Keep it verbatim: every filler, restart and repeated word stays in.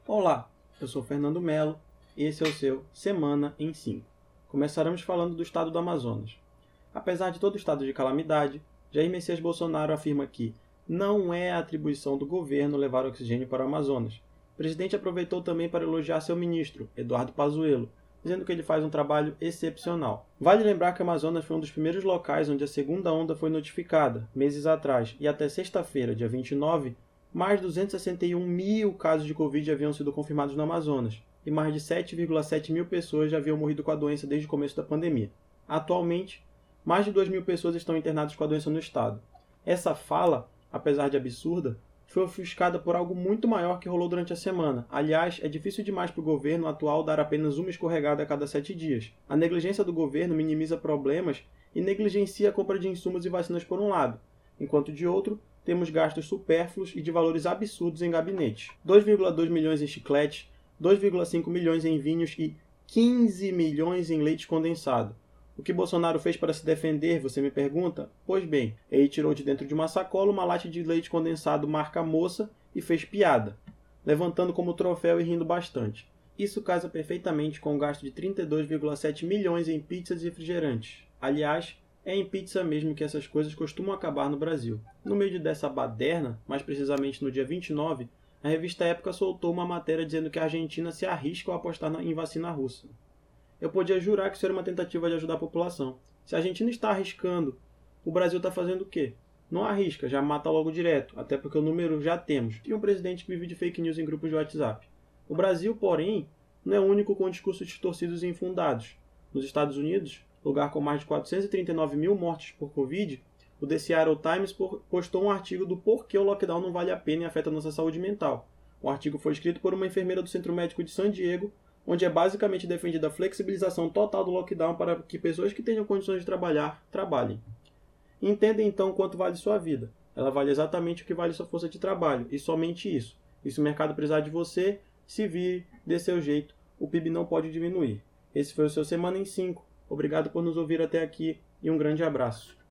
Olá, eu sou Fernando Melo e esse é o seu Semana em cinco. Começaremos falando do estado do Amazonas. Apesar de todo o estado de calamidade, Jair Messias Bolsonaro afirma que não é a atribuição do governo levar oxigênio para o Amazonas. O presidente aproveitou também para elogiar seu ministro, Eduardo Pazuello, dizendo que ele faz um trabalho excepcional. Vale lembrar que o Amazonas foi um dos primeiros locais onde a segunda onda foi notificada, meses atrás, e até sexta-feira, dia vinte e nove, mais de duzentos e sessenta e um mil casos de Covid haviam sido confirmados no Amazonas, e mais de sete vírgula sete mil pessoas já haviam morrido com a doença desde o começo da pandemia. Atualmente, mais de duas mil pessoas estão internadas com a doença no estado. Essa fala, apesar de absurda, foi ofuscada por algo muito maior que rolou durante a semana. Aliás, é difícil demais para o governo atual dar apenas uma escorregada a cada sete dias. A negligência do governo minimiza problemas e negligencia a compra de insumos e vacinas por um lado, enquanto de outro, temos gastos supérfluos e de valores absurdos em gabinetes. dois vírgula dois milhões em chicletes, dois vírgula cinco milhões em vinhos e quinze milhões em leite condensado. O que Bolsonaro fez para se defender, você me pergunta? Pois bem, ele tirou de dentro de uma sacola uma lata de leite condensado marca Moça e fez piada, levantando como troféu e rindo bastante. Isso casa perfeitamente com o gasto de trinta e dois vírgula sete milhões em pizzas e refrigerantes. Aliás, é em pizza mesmo que essas coisas costumam acabar no Brasil. No meio dessa baderna, mais precisamente no dia vinte e nove, a revista Época soltou uma matéria dizendo que a Argentina se arrisca ao apostar em vacina russa. Eu podia jurar que isso era uma tentativa de ajudar a população. Se a Argentina está arriscando, o Brasil está fazendo o quê? Não arrisca, já mata logo direto, até porque o número já temos. E um presidente que vive de fake news em grupos de WhatsApp. O Brasil, porém, não é o único com discursos distorcidos e infundados. Nos Estados Unidos, lugar com mais de quatrocentos e trinta e nove mil mortes por Covid, o The Seattle Times postou um artigo do porquê o lockdown não vale a pena e afeta a nossa saúde mental. O artigo foi escrito por uma enfermeira do Centro Médico de San Diego, onde é basicamente defendida a flexibilização total do lockdown para que pessoas que tenham condições de trabalhar, trabalhem. Entenda então quanto vale sua vida. Ela vale exatamente o que vale sua força de trabalho, e somente isso. E se o mercado precisar de você, se vire, dê seu jeito, o P I B não pode diminuir. Esse foi o seu Semana em cinco. Obrigado por nos ouvir até aqui e um grande abraço.